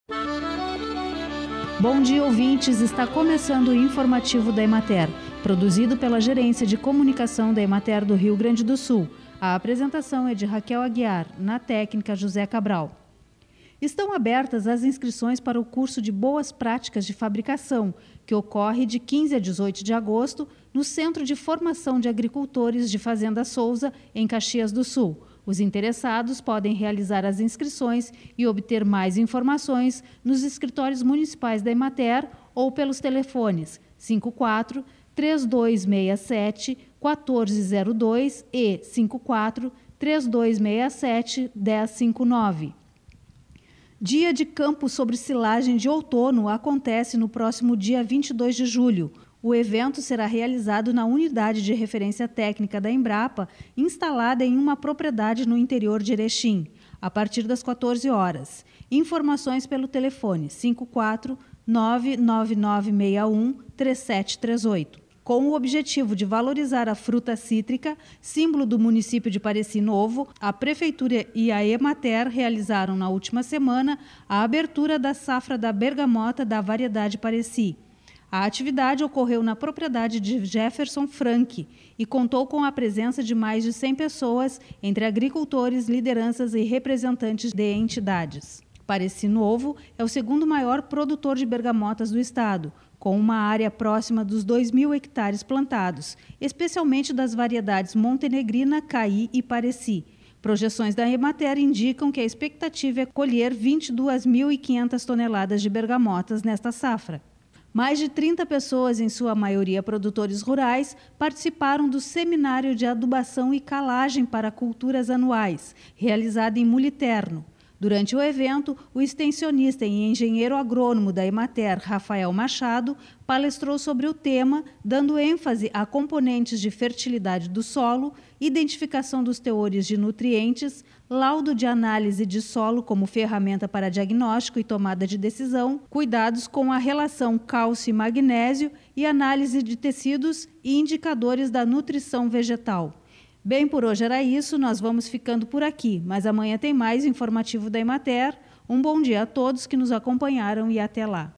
Bom dia, ouvintes. Está começando o informativo da Emater, produzido pela Gerência de Comunicação da Emater do Rio Grande do Sul. A apresentação é de Raquel Aguiar, na técnica José Cabral. Estão abertas as inscrições para o curso de Boas Práticas de Fabricação, que ocorre de 15 a 18 de agosto no Centro de Formação de Agricultores de Fazenda Souza, em Caxias do Sul. Os interessados podem realizar as inscrições e obter mais informações nos escritórios municipais da Emater ou pelos telefones 54 3267 1402 e 54 3267 1059. Dia de campo sobre silagem de outono acontece no próximo dia 22 de julho. O evento será realizado na unidade de referência técnica da Embrapa, instalada em uma propriedade no interior de Erechim, a partir das 14 horas. Informações pelo telefone 54 99961 3738. Com o objetivo de valorizar a fruta cítrica, símbolo do município de Pareci Novo, a Prefeitura e a Emater realizaram na última semana a abertura da safra da bergamota da variedade Pareci. A atividade ocorreu na propriedade de Jefferson Frank e contou com a presença de mais de 100 pessoas, entre agricultores, lideranças e representantes de entidades. Pareci Novo é o segundo maior produtor de bergamotas do estado, com uma área próxima dos 2.000 hectares plantados, especialmente das variedades Montenegrina, Caí e Pareci. Projeções da Emater indicam que a expectativa é colher 22.500 toneladas de bergamotas nesta safra. Mais de 30 pessoas, em sua maioria produtores rurais, participaram do Seminário de Adubação e Calagem para Culturas Anuais, realizado em Muliterno. Durante o evento, o extensionista e engenheiro agrônomo da Emater, Rafael Machado, palestrou sobre o tema, dando ênfase a componentes de fertilidade do solo, identificação dos teores de nutrientes, laudo de análise de solo como ferramenta para diagnóstico e tomada de decisão, cuidados com a relação cálcio e magnésio e análise de tecidos e indicadores da nutrição vegetal. Bem, por hoje era isso, nós vamos ficando por aqui, mas amanhã tem mais informativo da Emater. Um bom dia a todos que nos acompanharam e até lá.